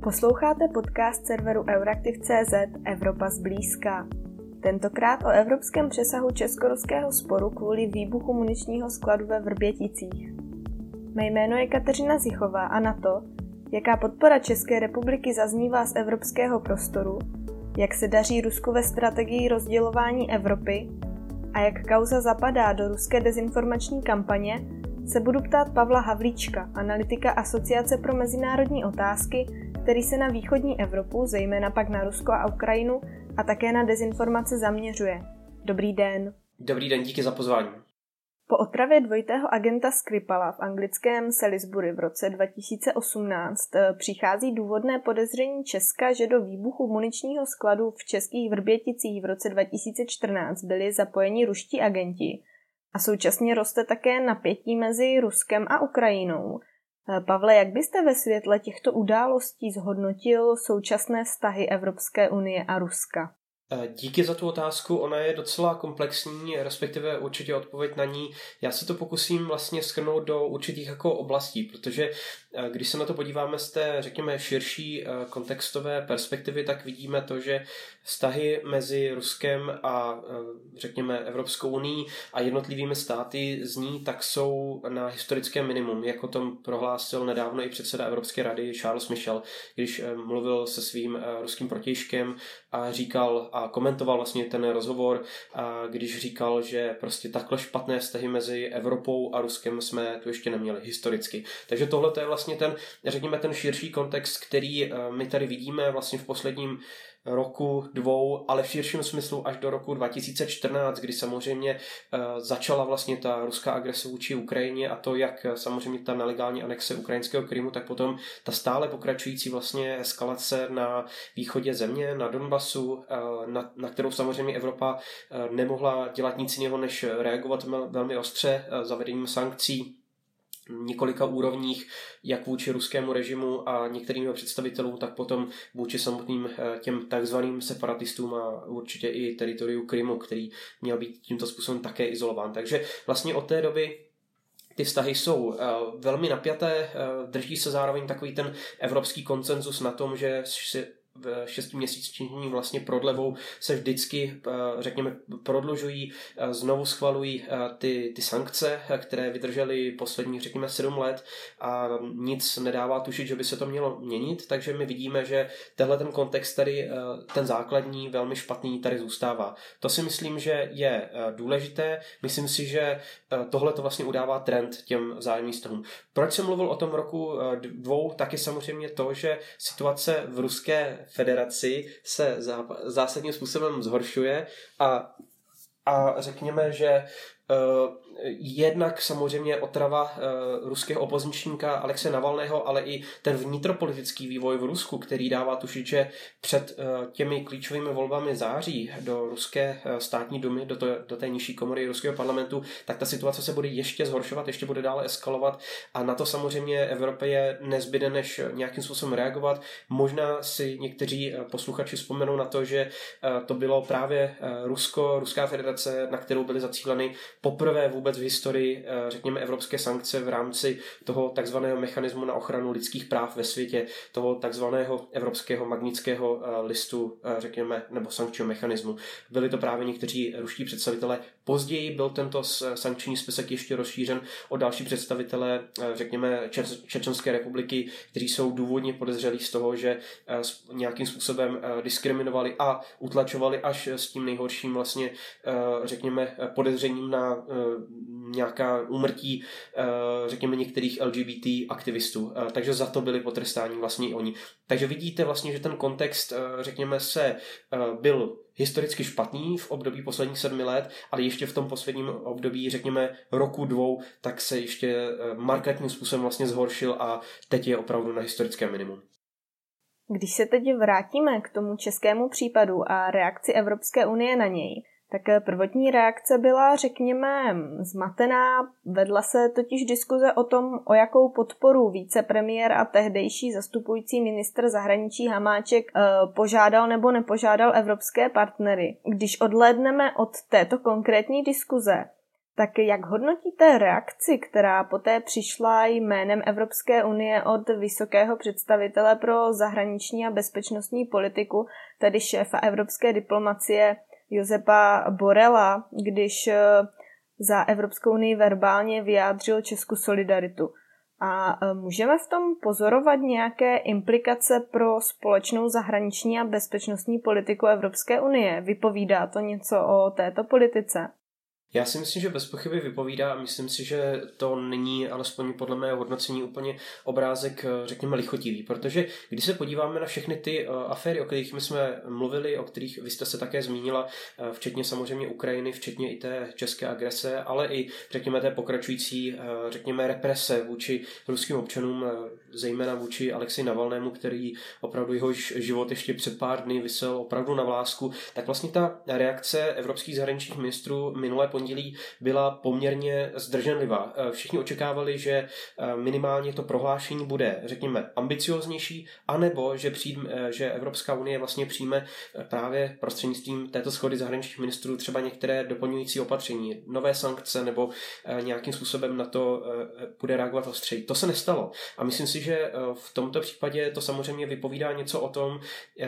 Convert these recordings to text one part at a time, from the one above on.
Posloucháte podcast serveru Euraktiv.cz Evropa zblízka. Tentokrát o evropském přesahu česko-ruského sporu kvůli výbuchu muničního skladu ve Vrběticích. Mé jméno je Kateřina Zichová a na to, jaká podpora České republiky zaznívá z evropského prostoru, jak se daří Rusku ve strategii rozdělování Evropy a jak kauza zapadá do ruské dezinformační kampaně, se budu ptát Pavla Havlíčka, analytika Asociace pro mezinárodní otázky, který se na východní Evropu, zejména pak na Rusko a Ukrajinu, a také na dezinformace zaměřuje. Dobrý den. Dobrý den, díky za pozvání. Po otravě dvojitého agenta Skripala v anglickém Salisbury v roce 2018 přichází důvodné podezření Česka, že do výbuchu muničního skladu v českých Vrběticích v roce 2014 byli zapojeni ruští agenti a současně roste také napětí mezi Ruskem a Ukrajinou. Pavle, jak byste ve světle těchto událostí zhodnotil současné vztahy Evropské unie a Ruska? Díky za tu otázku, ona je docela komplexní, respektive určitě odpověď na ní. Já se to pokusím vlastně shrnout do určitých jako oblastí, protože když se na to podíváme z té, řekněme, širší kontextové perspektivy, tak vidíme to, že vztahy mezi Ruskem a, řekněme, Evropskou unií a jednotlivými státy z ní tak jsou na historickém minimum, jak o tom prohlásil nedávno i předseda Evropské rady Charles Michel, když mluvil se svým ruským protějškem a říkal a komentoval vlastně ten rozhovor, když říkal, že prostě takhle špatné vztahy mezi Evropou a Ruskem jsme tu ještě neměli historicky. Takže tohle to je vlastně ten, řekněme, ten širší kontext, který my tady vidíme vlastně v posledním roku, dvou, ale v širším smyslu až do roku 2014, kdy samozřejmě začala vlastně ta ruská agrese vůči Ukrajině a to, jak samozřejmě ta nelegální anexe ukrajinského Krymu, tak potom ta stále pokračující vlastně eskalace na východě země, na Donbasu, na kterou samozřejmě Evropa nemohla dělat nic jiného, než reagovat velmi ostře zavedením sankcí několika úrovních, jak vůči ruskému režimu a některým představitelům, tak potom vůči samotným těm takzvaným separatistům a určitě i teritoriu Krymu, který měl být tímto způsobem také izolován. Takže vlastně od té doby ty vztahy jsou velmi napjaté, drží se zároveň takový ten evropský konsenzus na tom, že v 6měsíční vlastně prodlevou se vždycky, řekněme, prodlužují, znovu schvalují ty sankce, které vydržely posledních, řekněme, 7 let a nic nedává tušit, že by se to mělo měnit, takže my vidíme, že tenhle ten kontext tady, ten základní, velmi špatný tady zůstává. To si myslím, že je důležité, myslím si, že tohle to vlastně udává trend těm vzájemným vztahům. Proč jsem mluvil o tom roku 2, tak je samozřejmě to, že situace v Ruské federaci se zásadním způsobem zhoršuje a řekněme, že jednak samozřejmě otrava ruského opozičníka Alexeje Navalného, ale i ten vnitropolitický vývoj v Rusku, který dává tušit, že před těmi klíčovými volbami září do ruské státní dumy, do té nižší komory ruského parlamentu, tak ta situace se bude ještě zhoršovat, ještě bude dále eskalovat a na to samozřejmě Evropě je nezbyde, než nějakým způsobem reagovat. Možná si někteří posluchači vzpomenou na to, že to bylo právě Ruská federace, na kterou byly zacíleny poprvé vůbec v historii, řekněme, evropské sankce v rámci toho takzvaného mechanismu na ochranu lidských práv ve světě, toho takzvaného evropského Magnitského listu, řekněme, nebo sankčního mechanismu. Byli to právě někteří ruští představitelé. Později byl tento sankční spisek ještě rozšířen o další představitele, řekněme, Čečenské republiky, kteří jsou důvodně podezřelí z toho, že nějakým způsobem diskriminovali a utlačovali až s tím nejhorším vlastně, řekněme, podezřením na nějaká úmrtí, řekněme, některých LGBT aktivistů. Takže za to byli potrestáni vlastně i oni. Takže vidíte vlastně, že ten kontext, řekněme, byl historicky špatný v období posledních 7 let, ale ještě v tom posledním období, řekněme, roku 2, tak se ještě markantním způsobem vlastně zhoršil a teď je opravdu na historickém minimum. Když se teď vrátíme k tomu českému případu a reakci Evropské unie na něj, tak prvotní reakce byla, řekněme, zmatená. Vedla se totiž diskuze o tom, o jakou podporu vicepremiér a tehdejší zastupující ministr zahraničí Hamáček požádal nebo nepožádal evropské partnery. Když odhlédneme od této konkrétní diskuze, Tak jak hodnotíte reakci, která poté přišla jménem Evropské unie od vysokého představitele pro zahraniční a bezpečnostní politiku, tedy šéfa evropské diplomacie Josepa Borrella, když za Evropskou unii verbálně vyjádřil Česku solidaritu? A můžeme v tom pozorovat nějaké implikace pro společnou zahraniční a bezpečnostní politiku Evropské unie? Vypovídá to něco o této politice? Já si myslím, že bez pochyby vypovídá a myslím si, že to není, alespoň podle mého hodnocení, úplně obrázek, řekněme, lichotivý, protože když se podíváme na všechny ty aféry, o kterých my jsme mluvili, o kterých vy jste se také zmínila, včetně samozřejmě Ukrajiny, včetně i té české agrese, ale i, řekněme, té pokračující, řekněme, represe vůči ruským občanům, zejména vůči Alexeji Navalnému, který opravdu jehož život ještě před pár dny visel opravdu na vlásku, tak vlastně ta reakce evropských zahraničních ministrů minulé pondělí byla poměrně zdrženlivá. Všichni očekávali, že minimálně to prohlášení bude, řekněme, ambicioznější, anebo že Evropská unie vlastně přijme právě prostřednictvím této shody zahraničních ministrů třeba některé doplňující opatření, nové sankce nebo nějakým způsobem na to bude reagovat ostřeji. To se nestalo. A myslím si, že v tomto případě to samozřejmě vypovídá něco o tom,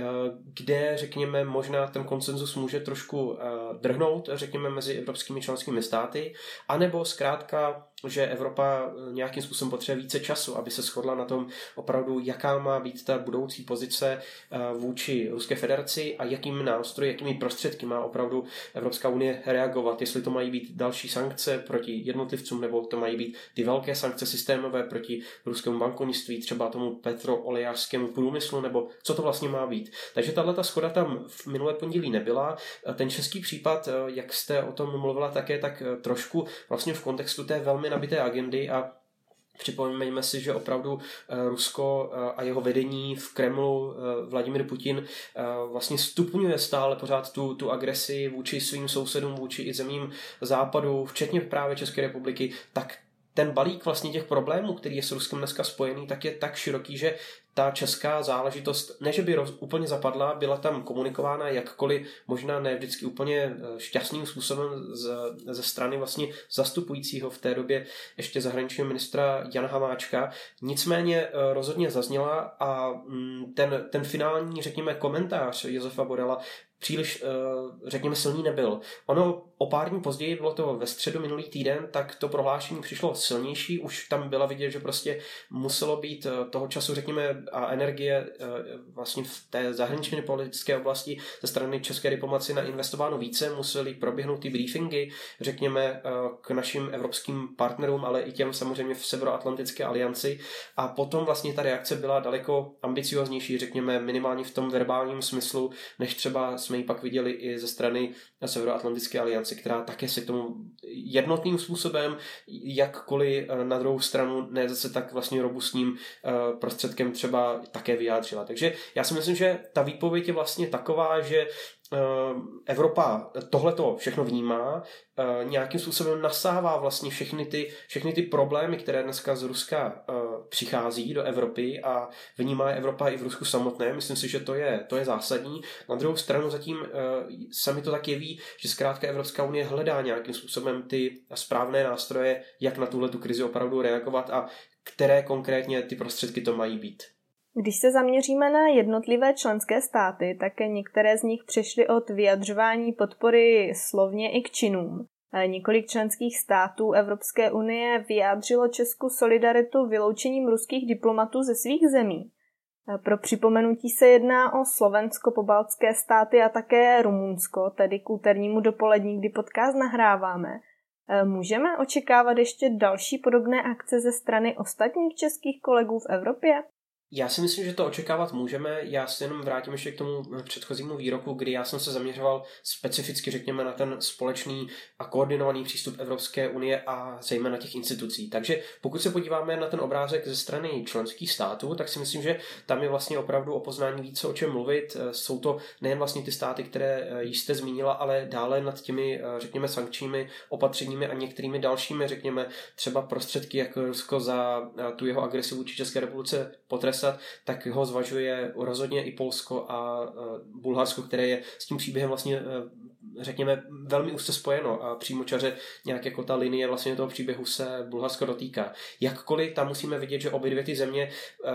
kde, řekněme, možná ten konsenzus může trošku drhnout, řekněme, mezi evropskými členskými státy, anebo zkrátka, že Evropa nějakým způsobem potřebuje více času, aby se shodla na tom opravdu, jaká má být ta budoucí pozice vůči Ruské federaci a jakými nástroji, jakými prostředky má opravdu Evropská unie reagovat. Jestli to mají být další sankce proti jednotlivcům, nebo to mají být ty velké sankce systémové proti ruskému bankovnictví, třeba tomu petroolejářskému průmyslu, nebo co to vlastně má být. Takže tato shoda tam v minulé pondělí nebyla. Ten český případ, jak jste o tom mluvila také, tak trošku vlastně v kontextu té velmi nabité agendy a připomeňme si, že opravdu Rusko a jeho vedení v Kremlu, Vladimir Putin, vlastně stupňuje stále pořád tu agresi vůči svým sousedům, vůči i zemím západu, včetně právě České republiky, tak ten balík vlastně těch problémů, který je s Ruskem dneska spojený, tak je tak široký, že ta česká záležitost, ne že by úplně zapadla, byla tam komunikována jakkoliv, možná ne vždycky úplně šťastným způsobem ze strany vlastně zastupujícího v té době ještě zahraničního ministra Jana Hamáčka. Nicméně rozhodně zazněla a ten finální, řekněme, komentář Josefa Borrella příliš, řekněme, silný nebyl. Ono o pár dní později, bylo to ve středu minulý týden, tak to prohlášení přišlo silnější, už tam byla vidět, že prostě muselo být toho času, řekněme, a energie vlastně v té zahraničně politické oblasti ze strany české diplomacie nainvestováno více, museli proběhnout ty briefingy, řekněme, k našim evropským partnerům, ale i těm samozřejmě v Severoatlantické alianci a potom vlastně ta reakce byla daleko ambicioznější, řekněme, minimálně v tom verbálním smyslu, než třeba jsme ji pak viděli i ze strany Severoatlantické aliance, která také se k tomu jednotným způsobem, jakkoliv na druhou stranu ne zase tak vlastně robustním prostředkem třeba také vyjádřila. Takže já si myslím, že ta výpověď je vlastně taková, že Evropa tohleto všechno vnímá, nějakým způsobem nasává vlastně všechny ty problémy, které dneska z Ruska přichází do Evropy a vnímá je Evropa i v Rusku samotné. Myslím si, že to je zásadní. Na druhou stranu zatím se mi to tak jeví, že zkrátka Evropská unie hledá nějakým způsobem ty správné nástroje, jak na tuhletu krizi opravdu reagovat a které konkrétně ty prostředky to mají být. Když se zaměříme na jednotlivé členské státy, tak některé z nich přešly od vyjadřování podpory slovně i k činům. Několik členských států Evropské unie vyjádřilo Česku solidaritu vyloučením ruských diplomatů ze svých zemí. Pro připomenutí se jedná o Slovensko, pobaltské státy a také Rumunsko, tedy k úternímu dopolední, kdy podcast nahráváme. Můžeme očekávat ještě další podobné akce ze strany ostatních českých kolegů v Evropě? Já si myslím, že to očekávat můžeme. Já se jenom vrátím ještě k tomu předchozímu výroku, kdy já jsem se zaměřoval specificky, řekněme, na ten společný a koordinovaný přístup Evropské unie a zejména těch institucí. Takže pokud se podíváme na ten obrázek ze strany členských států, tak si myslím, že tam je vlastně opravdu o poznání více o čem mluvit. Jsou to nejen vlastně ty státy, které již jste zmínila, ale dále nad těmi, řekněme, sankčními opatřeními a některými dalšími, řekněme, třeba prostředky, jak Rusko za tu jeho agresi vůči České republice potrestat, tak ho zvažuje rozhodně i Polsko a Bulharsko, které je s tím příběhem vlastně řekněme, velmi úzce spojeno a přímočaře nějak jako ta linie vlastně toho příběhu se Bulharsko dotýká. Jakkoliv tam musíme vidět, že obě dvě ty země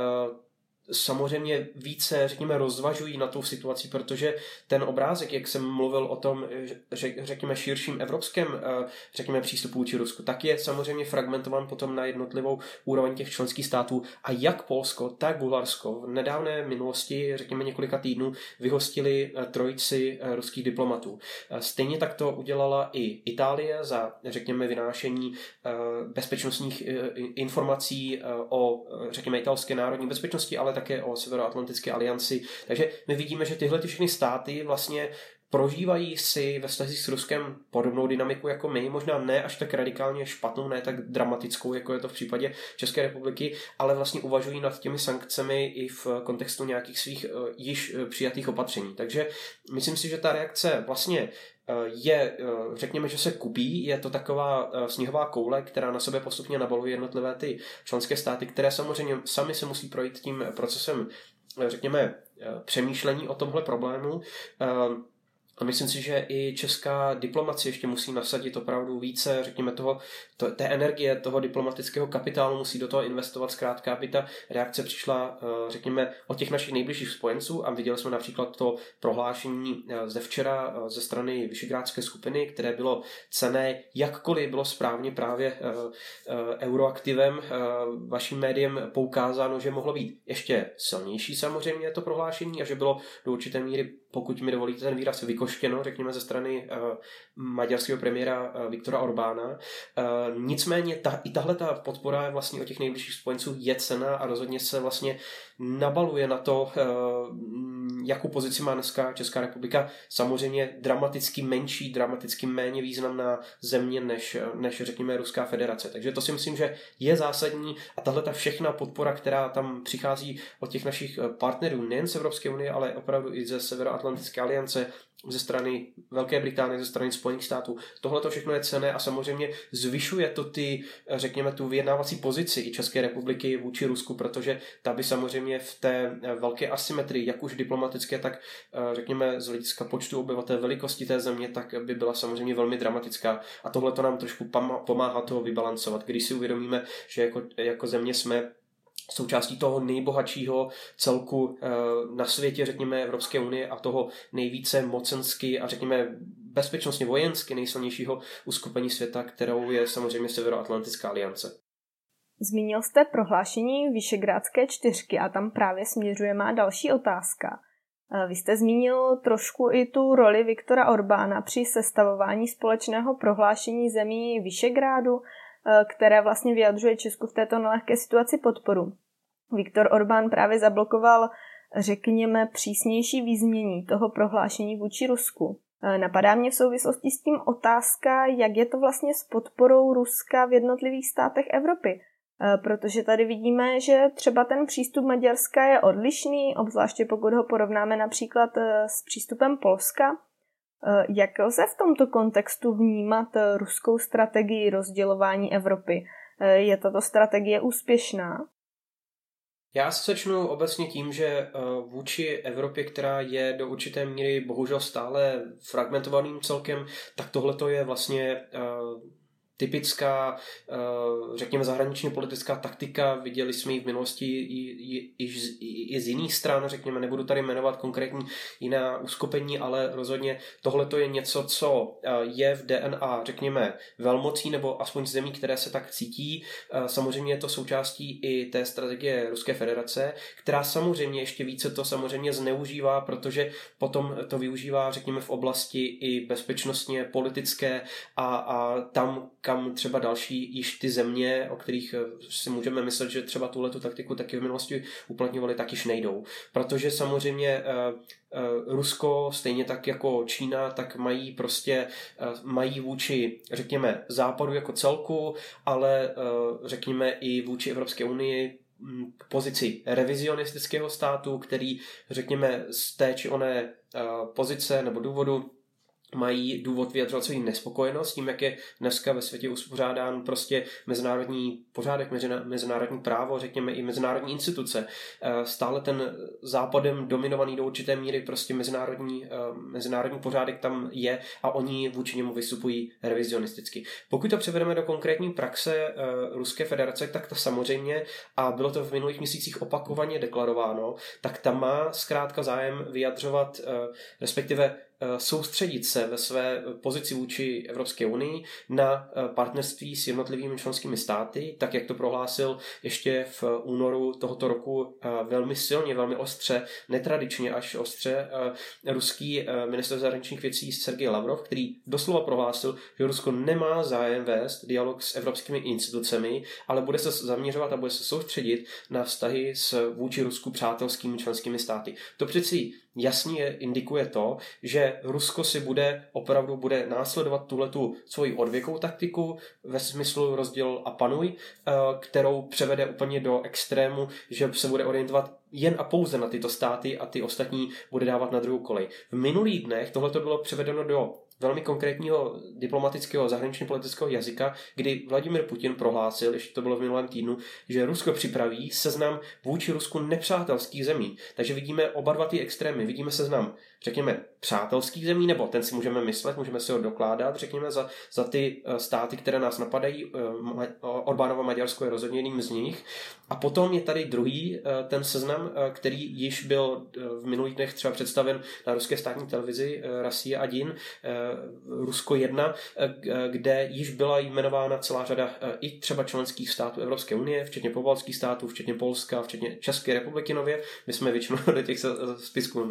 samozřejmě více, řekněme, rozvažují na tou situaci, protože ten obrázek, jak jsem mluvil o tom, řekněme, širším evropském, řekněme, přístupu vůči Rusku, tak je samozřejmě fragmentovan potom na jednotlivou úroveň těch členských států a jak Polsko, tak Bulharsko v nedávné minulosti, řekněme, několika týdnů vyhostili trojici ruských diplomatů. Stejně tak to udělala i Itálie za, řekněme, vynášení bezpečnostních informací o, řekněme, italské národní bezpečnosti, ale také o Severoatlantické alianci. Takže my vidíme, že tyhle všechny státy vlastně prožívají si ve vztazích s Ruskem podobnou dynamiku jako my, možná ne až tak radikálně špatnou, ne tak dramatickou, jako je to v případě České republiky, ale vlastně uvažují nad těmi sankcemi i v kontextu nějakých svých již přijatých opatření. Takže myslím si, že ta reakce vlastně je, řekněme, že se kupí, je to taková sněhová koule, která na sebe postupně nabaluje jednotlivé ty členské státy, které samozřejmě sami se musí projít tím procesem, řekněme, přemýšlení o tomhle problému. A myslím si, že i česká diplomacie ještě musí nasadit opravdu více, řekněme, té energie, toho diplomatického kapitálu, musí do toho investovat zkrátka, aby ta reakce přišla, řekněme, od těch našich nejbližších spojenců a viděli jsme například to prohlášení ze včera ze strany Visegrádské skupiny, které bylo cenné, jakkoliv bylo správně právě Euroaktivem, vaším médiem poukázáno, že mohlo být ještě silnější samozřejmě to prohlášení a že bylo do určité míry, pokud mi dovolíte ten výraz, vykoštěno, řekněme, ze strany maďarského premiéra Viktora Orbána. Nicméně i tahle ta podpora vlastně od těch nejbližších spojenců je cenná a rozhodně se vlastně nabaluje na to, jakou pozici má dneska Česká republika. Samozřejmě dramaticky menší, dramaticky méně významná země než řekněme Ruská federace. Takže to si myslím, že je zásadní a tahle ta všechna podpora, která tam přichází od těch našich partnerů, nejen z Evropské unie, ale opravdu i ze Severoatlantické aliance, ze strany Velké Británie, ze strany Spojených států. Tohle to všechno je cenné a samozřejmě zvyšuje to řekněme, tu vyjednávací pozici i České republiky vůči Rusku, protože ta by samozřejmě v té velké asymetrii, jak už diplomatické, tak řekněme z hlediska počtu obyvatel, velikosti té země, tak by byla samozřejmě velmi dramatická. A tohle to nám trošku pomáhá toho vybalancovat, když si uvědomíme, že jako země jsme součástí toho nejbohatšího celku na světě, řekněme, Evropské unie a toho nejvíce mocensky a řekněme bezpečnostně vojensky nejsilnějšího uskupení světa, kterou je samozřejmě Severoatlantická aliance. Zmínil jste prohlášení Visegrádské čtyřky a tam právě směřuje má další otázka. Vy jste zmínil trošku i tu roli Viktora Orbána při sestavování společného prohlášení zemí Visegrádu, které vlastně vyjadřuje Česku v této nelehké situaci podporu. Viktor Orbán právě zablokoval, řekněme, přísnější vyznění toho prohlášení vůči Rusku. Napadá mě v souvislosti s tím otázka, jak je to vlastně s podporou Ruska v jednotlivých státech Evropy. Protože tady vidíme, že třeba ten přístup Maďarska je odlišný, obzvláště pokud ho porovnáme například s přístupem Polska. Jak lze v tomto kontextu vnímat ruskou strategii rozdělování Evropy? Je tato strategie úspěšná? Já se začnu obecně tím, že vůči Evropě, která je do určité míry bohužel stále fragmentovaným celkem, tak tohleto je vlastně typická, řekněme, zahraničně politická taktika. Viděli jsme ji v minulosti i z jiných stran, řekněme, nebudu tady jmenovat konkrétní jiná uskupení, ale rozhodně tohleto je něco, co je v DNA, řekněme, velmocí nebo aspoň zemí, které se tak cítí. Samozřejmě je to součástí i té strategie Ruské federace, která samozřejmě ještě více to samozřejmě zneužívá, protože potom to využívá, řekněme, v oblasti i bezpečnostně politické a tam, kam třeba další již ty země, o kterých si můžeme myslet, že třeba tuhletu taktiku taky v minulosti uplatňovali, tak již nejdou. Protože samozřejmě Rusko, stejně tak jako Čína, tak mají vůči, řekněme, západu jako celku, ale řekněme i vůči Evropské unii pozici revizionistického státu, který, řekněme, z té či oné pozice nebo důvodu mají důvod vyjadřovat svou nespokojenost tím, jak je dneska ve světě uspořádán prostě mezinárodní pořádek, mezinárodní právo, řekněme i mezinárodní instituce. Stále ten západem dominovaný do určité míry prostě mezinárodní pořádek tam je a oni vůči němu vystupují revizionisticky. Pokud to převedeme do konkrétní praxe Ruské federace, tak to samozřejmě, a bylo to v minulých měsících opakovaně deklarováno, tak tam má zkrátka zájem vyjadřovat, respektive soustředit se ve své pozici vůči Evropské unii na partnerství s jednotlivými členskými státy, tak jak to prohlásil ještě v únoru tohoto roku velmi silně, velmi ostře, netradičně až ostře, ruský ministr zahraničních věcí Sergej Lavrov, který doslova prohlásil, že Rusko nemá zájem vést dialog s evropskými institucemi, ale bude se zaměřovat a bude se soustředit na vztahy s vůči Rusku přátelskými členskými státy. To přeci jasně indikuje to, že Rusko si opravdu bude následovat tuhletu svoji odvěkou taktiku ve smyslu rozděl a panuj, kterou převede úplně do extrému, že se bude orientovat jen a pouze na tyto státy a ty ostatní bude dávat na druhou kolej. V minulých dnech tohleto bylo převedeno do velmi konkrétního diplomatického zahraničně politického jazyka, kdy Vladimir Putin prohlásil, ještě to bylo v minulém týdnu, že Rusko připraví seznam vůči Rusku nepřátelských zemí. Takže vidíme oba dva ty extrémy. Vidíme seznam, řekněme, přátelských zemí, nebo ten si můžeme myslet, můžeme si ho dokládat, řekněme, za ty státy, které nás napadají. Orbánovo Maďarsko je rozhodně jedním z nich. A potom je tady druhý ten seznam, který již byl v minulých dnech třeba představen na ruské státní televizi Russia 1, Rusko 1, kde již byla jmenována celá řada i třeba členských států Evropské unie, včetně pobaltských států, včetně Polska, včetně České republiky nově. My jsme většinou do těch spisků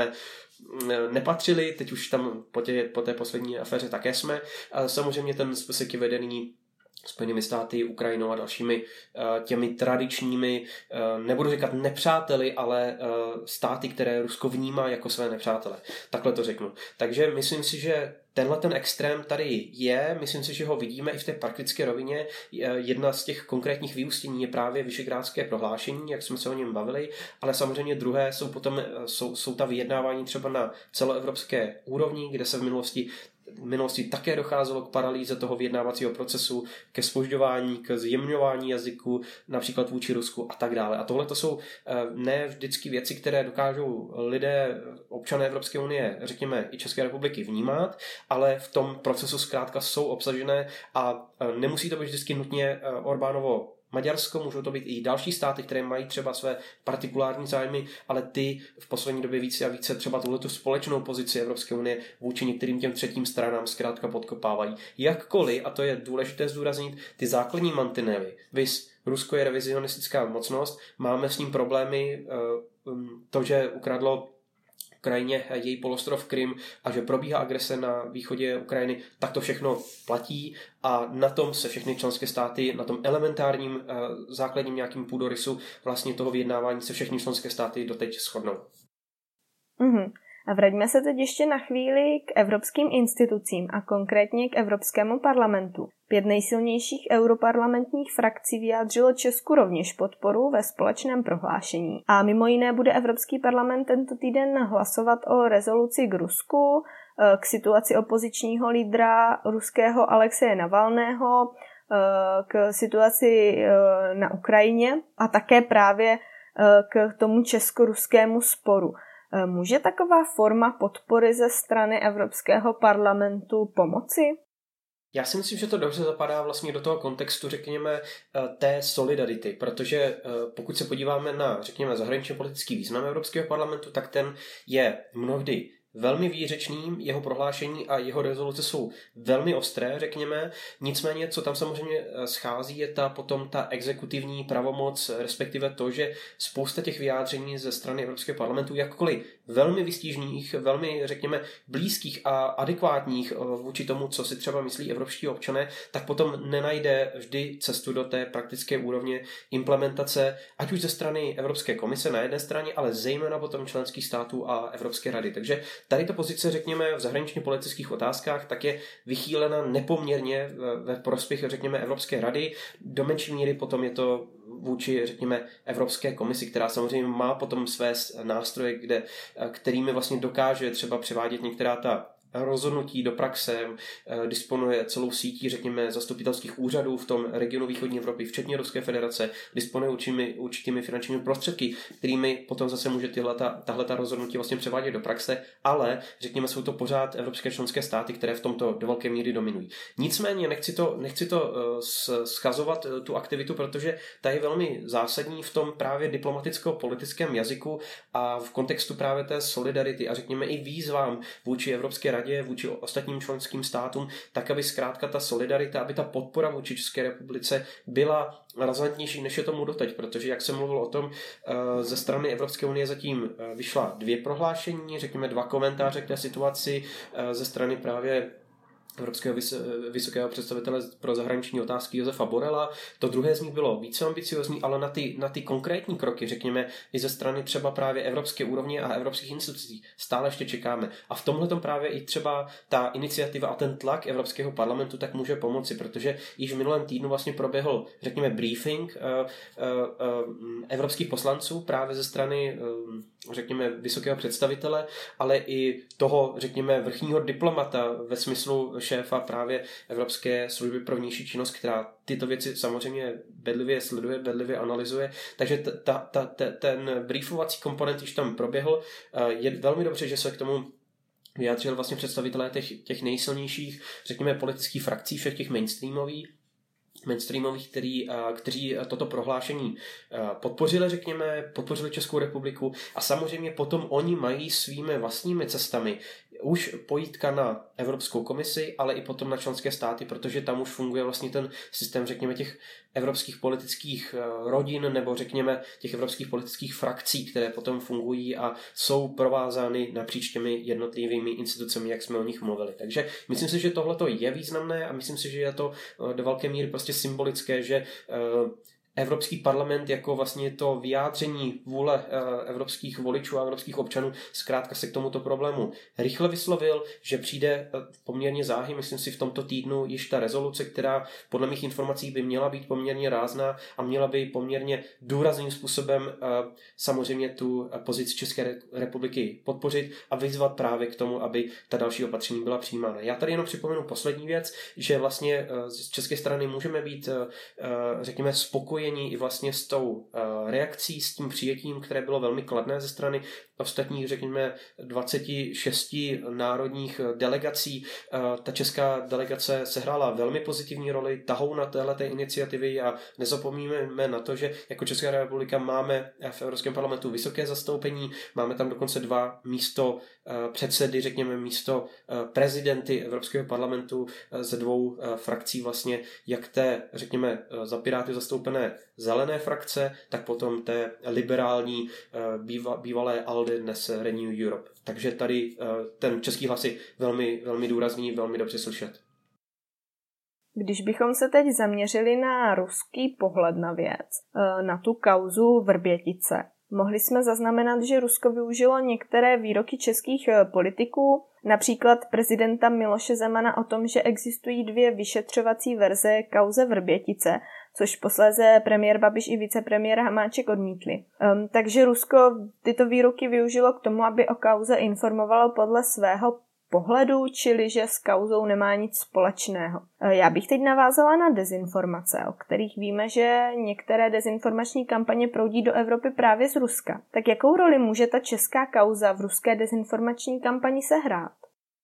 nepatřili, teď už tam po té poslední aféře také jsme. A samozřejmě ten spisek je vedený Spojenými státy, Ukrajinou a dalšími těmi tradičními, nebudu říkat nepřáteli, ale státy, které Rusko vnímá jako své nepřátele. Takhle to řeknu. Takže myslím si, že tenhle ten extrém tady je, myslím si, že ho vidíme i v té praktické rovině. Jedna z těch konkrétních vyústění je právě Visegrádské prohlášení, jak jsme se o něm bavili, ale samozřejmě druhé jsou ta vyjednávání třeba na celoevropské úrovni, kde se v minulosti také docházelo k paralýze toho vyjednávacího procesu, ke zpožďování, k zjemňování jazyku, například vůči Rusku a tak dále. A tohle to jsou ne vždycky věci, které dokážou lidé, občané Evropské unie, řekněme i České republiky vnímat, ale v tom procesu zkrátka jsou obsažené a nemusí to být vždycky nutně Orbánovo Maďarsko, můžou to být i další státy, které mají třeba své partikulární zájmy, ale ty v poslední době více a více třeba tuhletu společnou pozici Evropské unie vůči některým těm třetím stranám zkrátka podkopávají. Jakkoliv, a to je důležité zdůraznit, ty základní mantinely, viz Rusko je revizionistická mocnost, máme s ním problémy, to, že ukradlo Ukrajině její polostrov Krym a že probíhá agrese na východě Ukrajiny, tak to všechno platí a na tom se všechny členské státy, na tom elementárním základním nějakým půdorysu vlastně toho vyjednávání se všechny členské státy doteď shodnou. A vraťme se teď ještě na chvíli k evropským institucím a konkrétně k Evropskému parlamentu. 5 nejsilnějších europarlamentních frakcí vyjádřilo Česku rovněž podporu ve společném prohlášení. A mimo jiné bude Evropský parlament tento týden hlasovat o rezoluci k Rusku, k situaci opozičního lídra ruského Alexeje Navalného, k situaci na Ukrajině a také právě k tomu česko-ruskému sporu. Může taková forma podpory ze strany Evropského parlamentu pomoci? Já si myslím, že to dobře zapadá vlastně do toho kontextu, řekněme, té solidarity, protože pokud se podíváme na, řekněme, zahraničně politický význam Evropského parlamentu, tak ten je mnohdy velmi výřečný, jeho prohlášení a jeho rezoluce jsou velmi ostré, řekněme. Nicméně, co tam samozřejmě schází, je potom ta exekutivní pravomoc, respektive to, že spousta těch vyjádření ze strany Evropského parlamentu, jakkoliv velmi výstižných, velmi, řekněme, blízkých a adekvátních vůči tomu, co si třeba myslí evropští občané, tak potom nenajde vždy cestu do té praktické úrovně implementace, ať už ze strany Evropské komise na jedné straně, ale zejména potom členských států a Evropské rady. Takže tady ta pozice, řekněme, v zahraničně politických otázkách tak je vychýlena nepoměrně ve prospěch, řekněme, Evropské rady. Do menší míry potom je to vůči, řekněme, Evropské komisi, která samozřejmě má potom své nástroje, kterými vlastně dokáže třeba převádět některá ta rozhodnutí do praxe, disponuje celou sítí, řekněme, zastupitelských úřadů v tom regionu východní Evropy, včetně Ruské federace, disponuje určitými finančními prostředky, kterými potom zase může tahleta rozhodnutí vlastně převádět do praxe, ale řekněme, jsou to pořád evropské členské státy, které v tomto do velké míry dominují. Nicméně nechci to schazovat tu aktivitu, protože ta je velmi zásadní v tom právě diplomaticko-politickém jazyku a v kontextu právě té solidarity a řekněme i výzvám vůči Evropské radě, vůči ostatním členským státům, tak aby zkrátka ta solidarita, aby ta podpora vůči České republice byla razantnější, než je tomu doteď, protože jak jsem mluvil o tom, ze strany Evropské unie zatím vyšla 2 prohlášení, řekněme 2 komentáře k té situaci ze strany právě evropského vysokého představitele pro zahraniční otázky Josefa Borrella. To druhé z nich bylo více ambiciozní, ale na ty konkrétní kroky, řekněme, i ze strany třeba právě evropské úrovně a evropských institucí stále ještě čekáme. A v tomhletom právě i třeba ta iniciativa a ten tlak Evropského parlamentu tak může pomoci, protože již v minulém týdnu vlastně proběhl, řekněme, briefing evropských poslanců právě ze strany, řekněme, vysokého představitele, ale i toho, řekněme, vrchního diplomata ve smyslu šéfa právě Evropské služby pro vnější činnost, která tyto věci samozřejmě bedlivě sleduje, bedlivě analyzuje. Takže ten briefovací komponent již tam proběhl. Je velmi dobře, že se k tomu vyjádřil vlastně představitelé těch nejsilnějších, řekněme, politických frakcí, všech těch mainstreamových, kteří toto prohlášení podpořili Českou republiku a samozřejmě potom oni mají svými vlastními cestami už pojítka na Evropskou komisi, ale i potom na členské státy, protože tam už funguje vlastně ten systém, řekněme, těch evropských politických rodin nebo řekněme těch evropských politických frakcí, které potom fungují a jsou provázány napříč těmi jednotlivými institucemi, jak jsme o nich mluvili. Takže myslím si, že tohleto je významné a myslím si, že je to do velké míry prostě symbolické, že Evropský parlament jako vlastně to vyjádření vůle evropských voličů a evropských občanů zkrátka se k tomuto problému rychle vyslovil, že přijde poměrně záhy, myslím si v tomto týdnu již ta rezoluce, která podle mých informací by měla být poměrně rázná a měla by poměrně důrazným způsobem samozřejmě tu pozici České republiky podpořit a vyzvat právě k tomu, aby ta další opatření byla přijímána. Já tady jenom připomenu poslední věc, že vlastně z české strany můžeme být, řekněme, spokojeni i vlastně s tou reakcí, s tím přijetím, které bylo velmi kladné ze strany ostatních, řekněme, 26 národních delegací. Ta česká delegace sehrála velmi pozitivní roli, tahou na téhleté iniciativy a nezapomínáme na to, že jako Česká republika máme v Evropském parlamentu vysoké zastoupení, máme tam dokonce 2 místo předsedy, řekněme místo prezidenty Evropského parlamentu ze 2 frakcí vlastně, jak té, řekněme, za Piráty zastoupené zelené frakce, tak potom té liberální bývalé ALDE, dnes Renew Europe. Takže tady ten český hlas je velmi, velmi důrazný, velmi dobře slyšet. Když bychom se teď zaměřili na ruský pohled na věc, na tu kauzu Vrbětice, mohli jsme zaznamenat, že Rusko využilo některé výroky českých politiků, například prezidenta Miloše Zemana o tom, že existují 2 vyšetřovací verze kauze Vrbětice, což posléze premiér Babiš i vicepremiér Hamáček odmítli. Takže Rusko tyto výroky využilo k tomu, aby o kauze informovalo podle svého pohledu, čili že s kauzou nemá nic společného. Já bych teď navázala na dezinformace, o kterých víme, že některé dezinformační kampaně proudí do Evropy právě z Ruska. Tak jakou roli může ta česká kauza v ruské dezinformační kampani sehrát?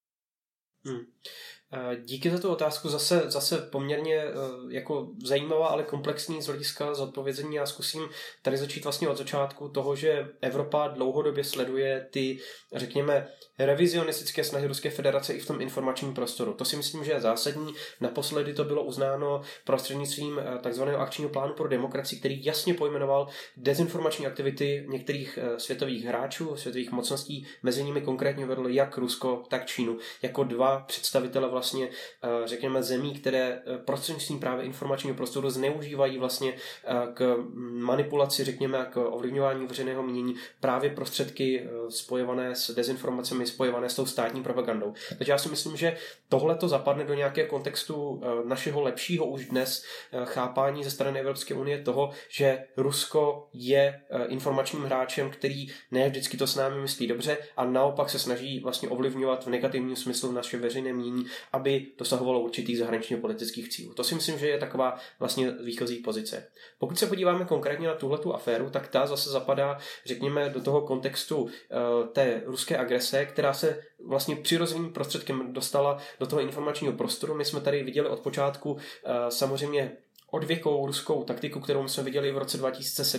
Díky za tu otázku, zase poměrně jako zajímavá, ale komplexní z hlediska zodpovězení. Já zkusím tady začít vlastně od začátku toho, že Evropa dlouhodobě sleduje ty, řekněme, revizionistické snahy Ruské federace i v tom informačním prostoru. To si myslím, že je zásadní. Naposledy to bylo uznáno prostřednictvím takzvaného akčního plánu pro demokracii, který jasně pojmenoval dezinformační aktivity některých světových hráčů, světových mocností, mezi nimi konkrétně vedl jak Rusko, tak Čínu, jako 2 představitele vlastně, řekněme, zemí, které prostřednictvím právě informačního prostoru zneužívají vlastně k manipulaci, řekněme, k ovlivňování veřejného mínění právě prostředky spojované s dezinformacemi, spojované s tou státní propagandou. Takže já si myslím, že tohle to zapadne do nějakého kontextu našeho lepšího už dnes chápání ze strany Evropské unie toho, že Rusko je informačním hráčem, který ne vždycky to s námi myslí dobře a naopak se snaží vlastně ovlivňovat v negativním smyslu naše veřejné mínění, aby dosahovalo určitých zahraničně politických cílů. To si myslím, že je taková vlastně výchozí pozice. Pokud se podíváme konkrétně na tuhletu aféru, tak ta zase zapadá, řekněme, do toho kontextu té ruské agrese, která se vlastně přirozeným prostředkem dostala do toho informačního prostoru. My jsme tady viděli od počátku samozřejmě odvěkou ruskou taktiku, kterou jsme viděli v roce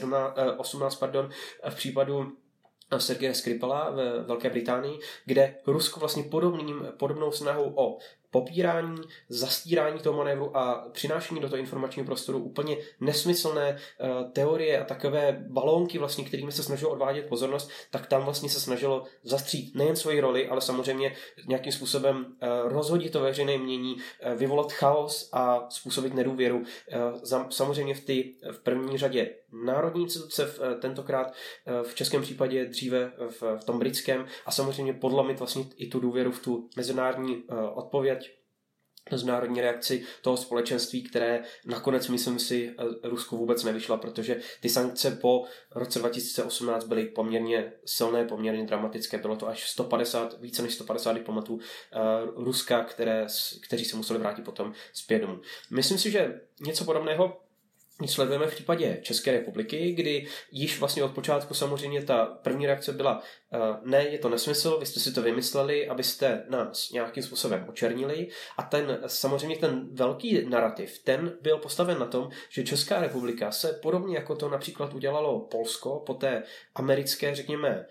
2018 v případu Sergeje Skripala ve Velké Británii, kde Rusko vlastně podobnou snahou o popírání, zastírání toho manévru a přinášení do toho informačního prostoru úplně nesmyslné teorie a takové balónky, vlastně, kterými se snažilo odvádět pozornost, tak tam vlastně se snažilo zastřít nejen svoji roli, ale samozřejmě nějakým způsobem rozhodit to veřejné mínění, vyvolat chaos a způsobit nedůvěru. Samozřejmě v první řadě národní instituce, tentokrát v českém případě dříve v tom britském a samozřejmě podlomit vlastně i tu důvěru v tu mezinárodní odpověď, mezinárodní reakci toho společenství, které nakonec, myslím si, Rusku vůbec nevyšla, protože ty sankce po roce 2018 byly poměrně silné, poměrně dramatické. Bylo to až více než 150 diplomatů Ruska, kteří se museli vrátit potom zpět domů. Myslím si, že něco podobného sledujeme v případě České republiky, kdy již vlastně od počátku samozřejmě ta první reakce byla ne, je to nesmysl, vy jste si to vymysleli, abyste nás nějakým způsobem očernili a samozřejmě ten velký narrativ, ten byl postaven na tom, že Česká republika se podobně jako to například udělalo Polsko po té americké, řekněme,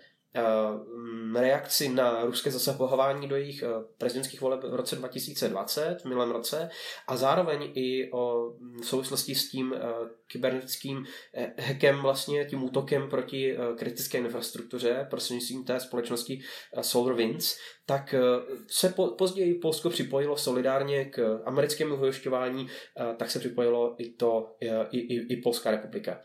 reakci na ruské zasahování do jejich prezidentských voleb v roce 2020, v minulém roce, a zároveň i v souvislosti s tím kybernetickým hackem, vlastně tím útokem proti kritické infrastruktuře prostřednictvím té společnosti SolarWinds, tak se později Polsko připojilo solidárně k americkému vyhošťování, tak se připojilo i Polská republika.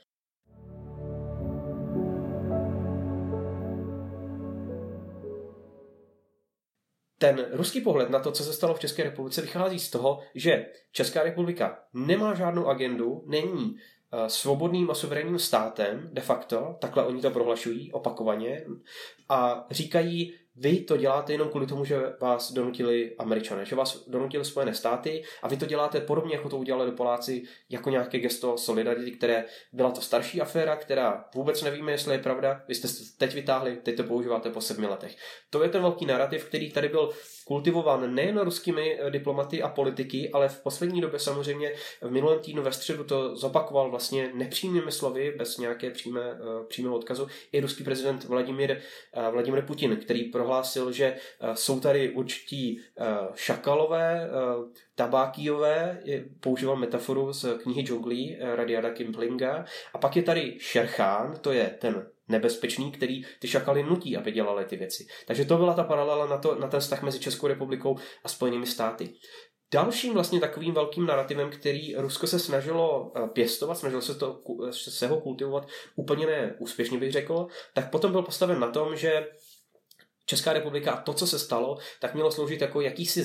Ten ruský pohled na to, co se stalo v České republice, vychází z toho, že Česká republika nemá žádnou agendu, není svobodným a suverénním státem, de facto, takhle oni to prohlašují opakovaně a říkají, vy to děláte jenom kvůli tomu, že vás donutili Američané, že vás donutili Spojené státy a vy to děláte podobně, jako to udělali Poláci, jako nějaké gesto solidarity, které byla to starší aféra, která vůbec nevíme, jestli je pravda, vy jste teď vytáhli, teď to používáte po 7 letech. To je ten velký narrativ, který tady byl kultivován nejen ruskými diplomaty a politiky, ale v poslední době samozřejmě v minulém týdnu ve středu to zopakoval vlastně nepřímými slovy, bez nějaké přímého odkazu, i ruský prezident Vladimir Putin, který prohlásil, že jsou tady určití šakalové, tabákijové, používal metaforu z knihy Džunglí Rudyarda Kiplingera, a pak je tady Šerchán, to je ten nebezpečný, který ty šakaly nutí, aby dělali ty věci. Takže to byla ta paralela na ten vztah mezi Českou republikou a Spojenými státy. Dalším vlastně takovým velkým narrativem, který Rusko se snažilo pěstovat, snažilo se ho kultivovat úplně neúspěšně, bych řekl, tak potom byl postaven na tom, že Česká republika a to, co se stalo, tak mělo sloužit jako jakýsi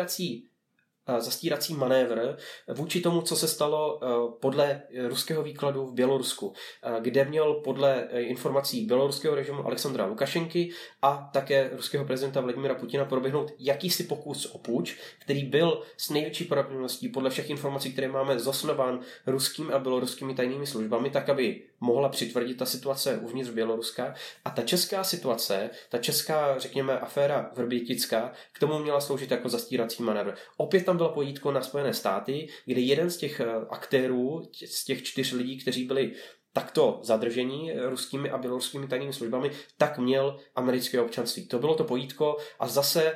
zastírací manévr vůči tomu, co se stalo podle ruského výkladu v Bělorusku, kde měl podle informací běloruského režimu Alexandra Lukašenky a také ruského prezidenta Vladimira Putina proběhnout jakýsi pokus o puč, který byl s největší pravděpodobností podle všech informací, které máme, zosnován ruskými a běloruskými tajnými službami, tak aby mohla přitvrdit ta situace uvnitř Běloruska. A ta česká situace, ta česká, řekněme, aféra Vrbětická, k tomu měla sloužit jako zastírací manévr. Opět tam bylo pojítko na Spojené státy, kde jeden z těch aktérů, z těch 4 lidí, kteří byli takto zadržení ruskými a běloruskými tajnými službami, tak měl americké občanství. To bylo to pojítko a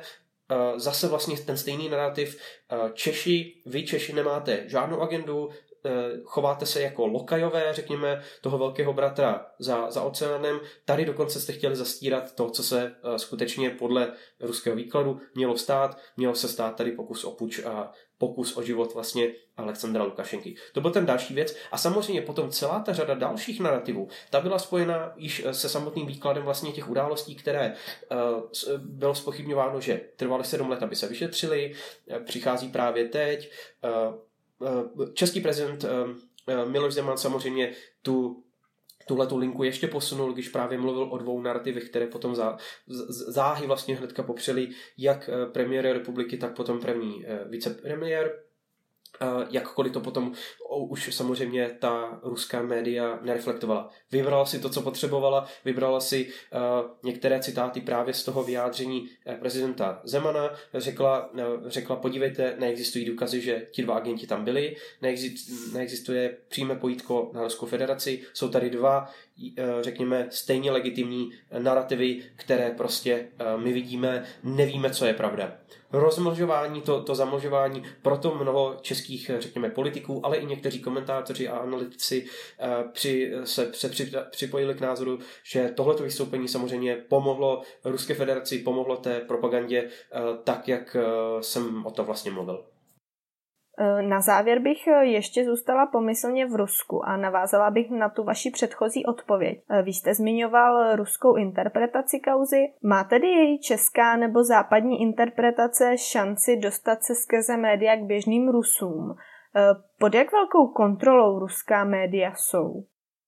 zase vlastně ten stejný narrativ. Vy Češi nemáte žádnou agendu, chováte se jako lokajové, řekněme, toho velkého bratra za oceánem. Tady dokonce jste chtěli zastírat to, co se skutečně podle ruského výkladu mělo se stát tady pokus o puč a pokus o život vlastně Alexandra Lukašenky. To byl ten další věc a samozřejmě potom celá ta řada dalších narrativů, ta byla spojena již se samotným výkladem vlastně těch událostí, které bylo zpochybňováno, že trvaly 7 let, aby se vyšetřili, přichází právě teď. Český prezident Miloš Zeman samozřejmě tuhletu linku ještě posunul, když právě mluvil o 2 narrativech, které potom záhy vlastně hnedka popřeli jak premiér republiky, tak potom první vicepremiér. Jakkoliv to potom už samozřejmě ta ruská média nereflektovala. Vybrala si to, co potřebovala, vybrala si některé citáty právě z toho vyjádření prezidenta Zemana, řekla podívejte, neexistují důkazy, že ti 2 agenti tam byli, neexistuje přímé pojítko na Ruskou federaci, jsou tady 2, řekněme, stejně legitimní narrativy, které prostě my vidíme, nevíme, co je pravda. Rozmlžování, to zamlžování, proto mnoho českých, řekněme, politiků, ale i někteří komentátoři a analytici se připojili k názoru, že tohleto vystoupení samozřejmě pomohlo Ruské federaci, pomohlo té propagandě, tak, jak jsem o to vlastně mluvil. Na závěr bych ještě zůstala pomyslně v Rusku a navázala bych na tu vaši předchozí odpověď. Vy jste zmiňoval ruskou interpretaci kauzy. Má tedy její česká nebo západní interpretace šanci dostat se skrze média k běžným Rusům? Pod jak velkou kontrolou ruská média jsou?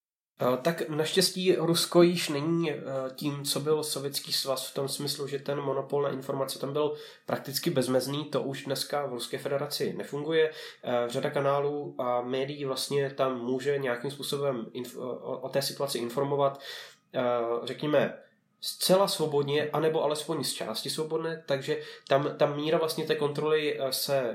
Tak naštěstí Rusko již není tím, co byl Sovětský svaz v tom smyslu, že ten monopol na informace tam byl prakticky bezmezný, to už dneska v Ruské federaci nefunguje. Řada kanálů a médií vlastně tam může nějakým způsobem o té situaci informovat, řekněme, zcela svobodně, anebo alespoň z části svobodné, takže tam míra vlastně té kontroly se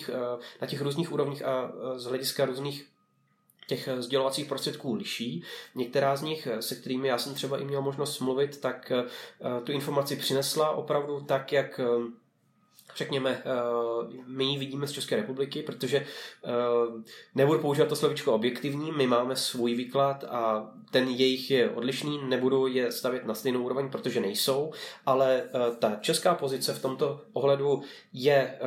na těch různých úrovních a z hlediska různých těch sdělovacích prostředků liší. Některá z nich, se kterými já jsem třeba i měl možnost mluvit, tak tu informaci přinesla opravdu tak, jak řekněme, my ji vidíme z České republiky, protože nebudu používat to slovíčko objektivní, my máme svůj výklad a ten jejich je odlišný, nebudu je stavět na stejnou úroveň, protože nejsou, ale ta česká pozice v tomto ohledu je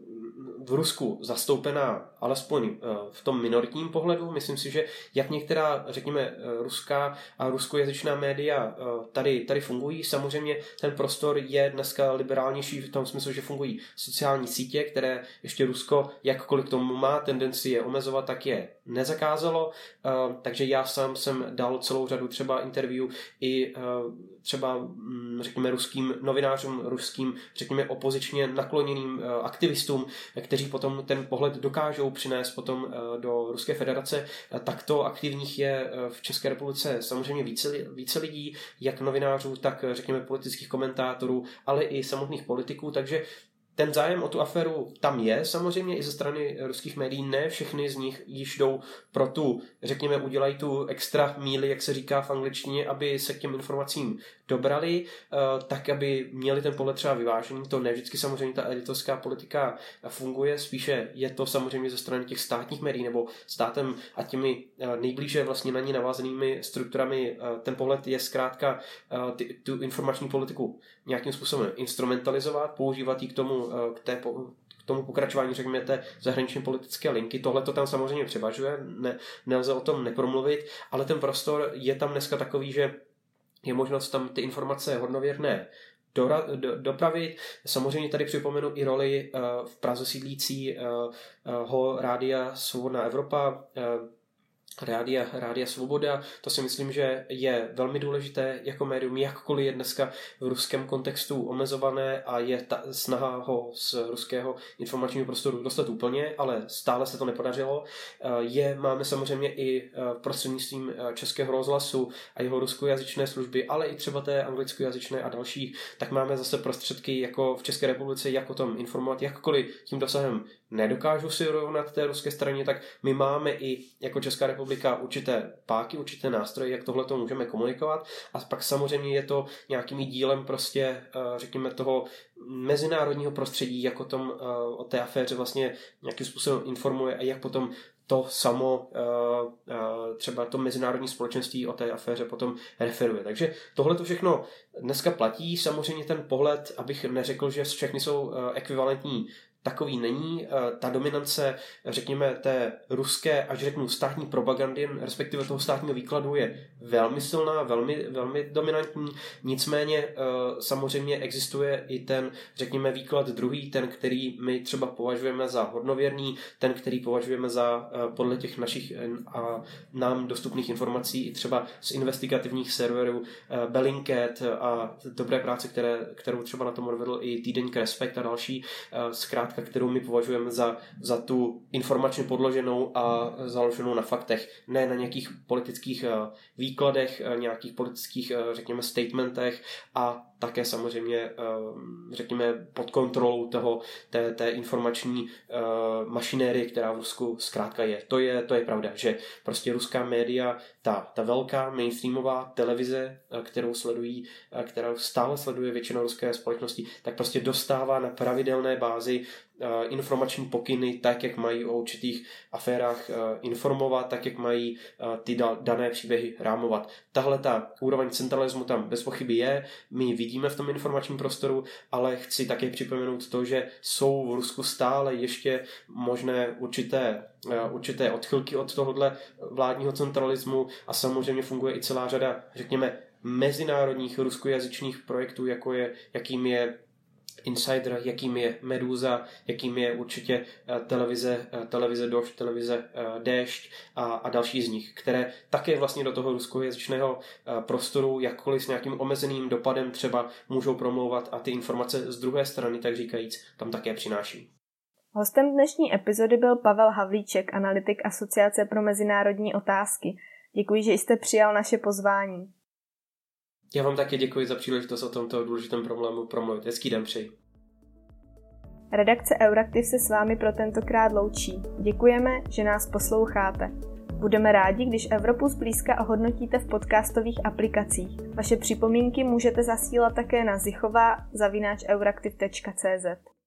v Rusku zastoupená alespoň v tom minoritním pohledu. Myslím si, že jak některá, řekněme, ruská a ruskojazyčná média tady fungují. Samozřejmě ten prostor je dneska liberálnější v tom smyslu, že fungují sociální sítě, které ještě Rusko, jakkoliv k tomu má tendenci je omezovat, tak je nezakázalo. Takže já sám jsem dal celou řadu třeba interview i třeba, řekněme, ruským novinářům, ruským, řekněme, opozičně nakloněným aktivistům, kteří potom ten pohled dokážou přinést potom do Ruské federace. Takto aktivních je v České republice samozřejmě více lidí, jak novinářů, tak řekněme politických komentátorů, ale i samotných politiků, takže ten zájem o tu aféru tam je samozřejmě i ze strany ruských médií, ne všechny z nich již jdou pro tu, řekněme, udělají tu extra míli, jak se říká v angličtině, aby se k těm informacím dobrali, tak aby měli ten pohled třeba vyvážený. To ne vždycky samozřejmě ta editorská politika funguje, spíše je to samozřejmě ze strany těch státních médií nebo státem a těmi nejblíže vlastně na ní navázanými strukturami. Ten pohled je zkrátka tu informační politiku nějakým způsobem instrumentalizovat, používat ji k tomu pokračování, řekněme, té zahraniční politické linky. Tohle to tam samozřejmě převažuje, nelze o tom nepromluvit, ale ten prostor je tam dneska takový, že je možnost tam ty informace hodnověrné dopravit. Samozřejmě tady připomenu i roli v Praze sídlícího rádia Svobodná Evropa, Rádia Svoboda, to si myslím, že je velmi důležité jako médium, jakkoliv je dneska v ruském kontextu omezované a je ta snaha ho z ruského informačního prostoru dostat úplně, ale stále se to nepodařilo. Máme samozřejmě i prostřednictvím Českého rozhlasu a jeho ruskojazyčné služby, ale i třeba té anglickojazyčné a dalších, tak máme zase prostředky jako v České republice, jak o tom informovat, jakkoliv tím dosahem nedokážu si rovnat té ruské straně, tak my máme i jako Česká republika určité páky, určité nástroje, jak tohleto můžeme komunikovat a pak samozřejmě je to nějakým dílem prostě, řekněme, toho mezinárodního prostředí, jak o té aféře vlastně nějakým způsobem informuje a jak potom to samo třeba to mezinárodní společenství o té aféře potom referuje. Takže tohle to všechno dneska platí. Samozřejmě ten pohled, abych neřekl, že všechny jsou ekvivalentní, takový není. Ta dominance, řekněme, té ruské, až řeknu, státní propagandy, respektive toho státního výkladu je velmi silná, velmi, velmi dominantní. Nicméně samozřejmě existuje i ten, řekněme, výklad druhý, ten, který my třeba považujeme za hodnověrný, ten, který považujeme za podle těch našich a nám dostupných informací i třeba z investigativních serverů Bellingcat a dobré práce, kterou třeba na tom odvedl i týdeník Respekt a další, zkrátka, kterou my považujeme za tu informačně podloženou a založenou na faktech, ne na nějakých politických výkladech, nějakých politických, řekněme, statementech a také samozřejmě, řekněme, pod kontrolou té informační mašinérie, která v Rusku zkrátka je. To je pravda, že prostě ruská média, ta velká mainstreamová televize, kterou stále sleduje většina ruské společnosti, tak prostě dostává na pravidelné bázi informační pokyny, tak, jak mají o určitých aférách informovat, tak, jak mají ty dané příběhy rámovat. Tahle ta úroveň centralismu tam bez pochyby je, my vidíme v tom informačním prostoru, ale chci také připomenout to, že jsou v Rusku stále ještě možné určité odchylky od tohohle vládního centralismu a samozřejmě funguje i celá řada, řekněme, mezinárodních ruskojazyčných projektů, jakým je Insider, jakým je Meduza, jakým je určitě televize Došt, televize Déšť a další z nich, které také vlastně do toho ruskojazyčného prostoru jakkoliv s nějakým omezeným dopadem třeba můžou promlouvat a ty informace z druhé strany, tak říkajíc, tam také přináší. Hostem dnešní epizody byl Pavel Havlíček, analytik Asociace pro mezinárodní otázky. Děkuji, že jste přijal naše pozvání. Já vám také děkuji za příležitost o tomto důležitém problému promluvit. Hezký den přeji. Redakce Euraktiv se s vámi pro tentokrát loučí. Děkujeme, že nás posloucháte. Budeme rádi, když Evropu zblízka ohodnotíte v podcastových aplikacích. Vaše připomínky můžete zasílat také na zichová@euraktiv.cz.